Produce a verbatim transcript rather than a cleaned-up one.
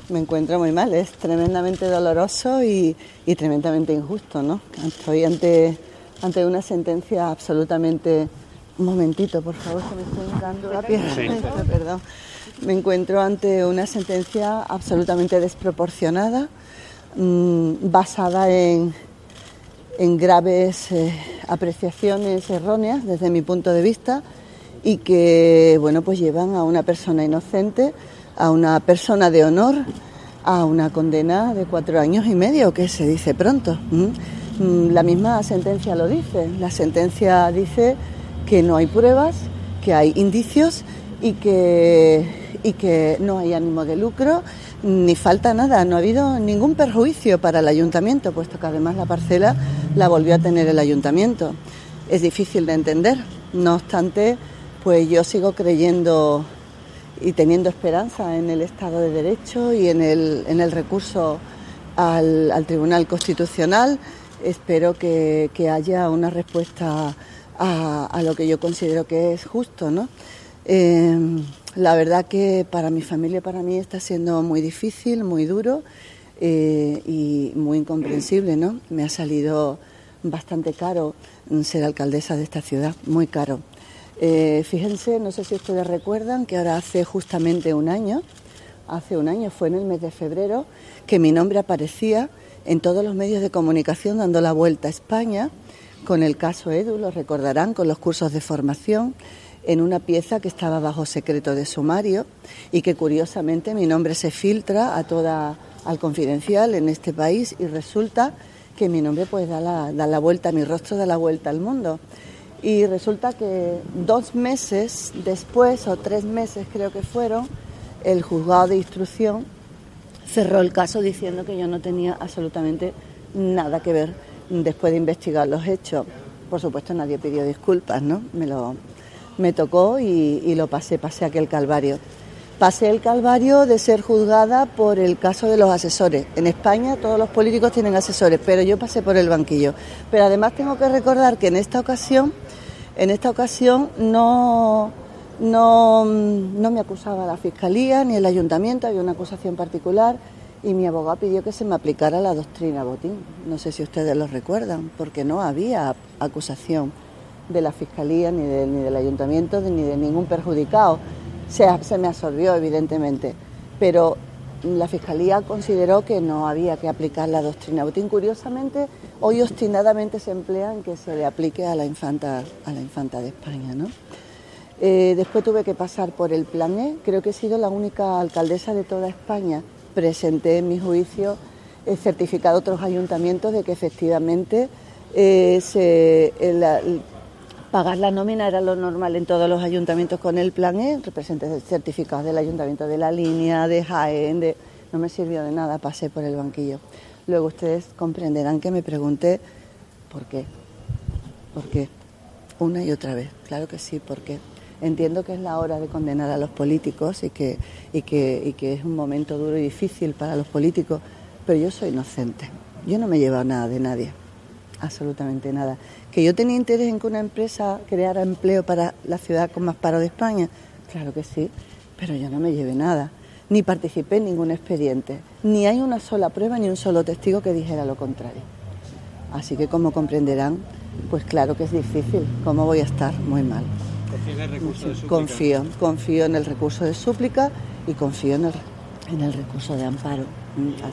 me encuentro muy mal, es tremendamente doloroso y, y tremendamente injusto, ¿no? Estoy ante, ante una sentencia absolutamente... Un momentito, por favor, que me estoy dando la pierna. Sí. Perdón. Me encuentro ante una sentencia absolutamente desproporcionada, mmm, basada en, en graves eh, apreciaciones erróneas desde mi punto de vista y que, bueno, pues llevan a una persona inocente, a una persona de honor, a una condena de cuatro años y medio, que se dice pronto. ¿Mm? La misma sentencia lo dice. La sentencia dice que no hay pruebas, que hay indicios y que, y que no hay ánimo de lucro, ni falta nada. No ha habido ningún perjuicio para el ayuntamiento, puesto que además la parcela la volvió a tener el ayuntamiento. Es difícil de entender. No obstante, pues yo sigo creyendo y teniendo esperanza en el Estado de Derecho y en el, en el recurso al, al Tribunal Constitucional. Espero que, que haya una respuesta A, a lo que yo considero que es justo, ¿no? Eh, la verdad que para mi familia y para mí está siendo muy difícil, muy duro eh, y muy incomprensible, ¿no? Me ha salido bastante caro ser alcaldesa de esta ciudad, muy caro. Eh, fíjense, no sé si ustedes recuerdan que ahora hace justamente un año, hace un año, fue en el mes de febrero, que mi nombre aparecía en todos los medios de comunicación dando la vuelta a España, con el caso Edu, lo recordarán, con los cursos de formación, en una pieza que estaba bajo secreto de sumario y que curiosamente mi nombre se filtra a toda, al Confidencial en este país y resulta que mi nombre pues da la, da la vuelta, mi rostro da la vuelta al mundo. Y resulta que dos meses después, o tres meses creo que fueron, el juzgado de instrucción cerró el caso diciendo que yo no tenía absolutamente nada que ver. Después de investigar los hechos, por supuesto nadie pidió disculpas, ¿no? Me lo me tocó y, y lo pasé, pasé aquel calvario. Pasé el calvario de ser juzgada por el caso de los asesores. En España todos los políticos tienen asesores, pero yo pasé por el banquillo. Pero además tengo que recordar que en esta ocasión, en esta ocasión no, no, no me acusaba la Fiscalía ni el Ayuntamiento, había una acusación particular. Y mi abogado pidió que se me aplicara la doctrina Botín. No sé si ustedes lo recuerdan, porque no había acusación de la Fiscalía, ni, de, ni del Ayuntamiento, ni de ningún perjudicado. Se, se me absorbió, evidentemente, pero la Fiscalía consideró que no había que aplicar la doctrina Botín. Curiosamente, hoy obstinadamente se emplea en que se le aplique a la infanta, a la infanta de España, ¿no? Eh, después tuve que pasar por el Plan E. Creo que he sido la única alcaldesa de toda España. Presenté en mi juicio eh, certificado a otros ayuntamientos de que efectivamente eh, se, el, el, pagar la nómina era lo normal en todos los ayuntamientos con el Plan E. Representé certificados del Ayuntamiento de La Línea, de Jaén, de... no me sirvió de nada, pasé por el banquillo. Luego ustedes comprenderán que me pregunté ¿por qué? ¿Por qué? Una y otra vez, claro que sí, ¿por qué? Entiendo que es la hora de condenar a los políticos y que, y, que, y que es un momento duro y difícil para los políticos, pero yo soy inocente. Yo no me he llevado nada de nadie, absolutamente nada. ¿Que yo tenía interés en que una empresa creara empleo para la ciudad con más paro de España? Claro que sí, pero yo no me llevé nada, ni participé en ningún expediente, ni hay una sola prueba ni un solo testigo que dijera lo contrario. Así que, como comprenderán, pues claro que es difícil. ¿Cómo voy a estar? Muy mal. ¿Confía en el recurso de súplica? Confío, confío en el recurso de súplica y confío en el, en el recurso de amparo.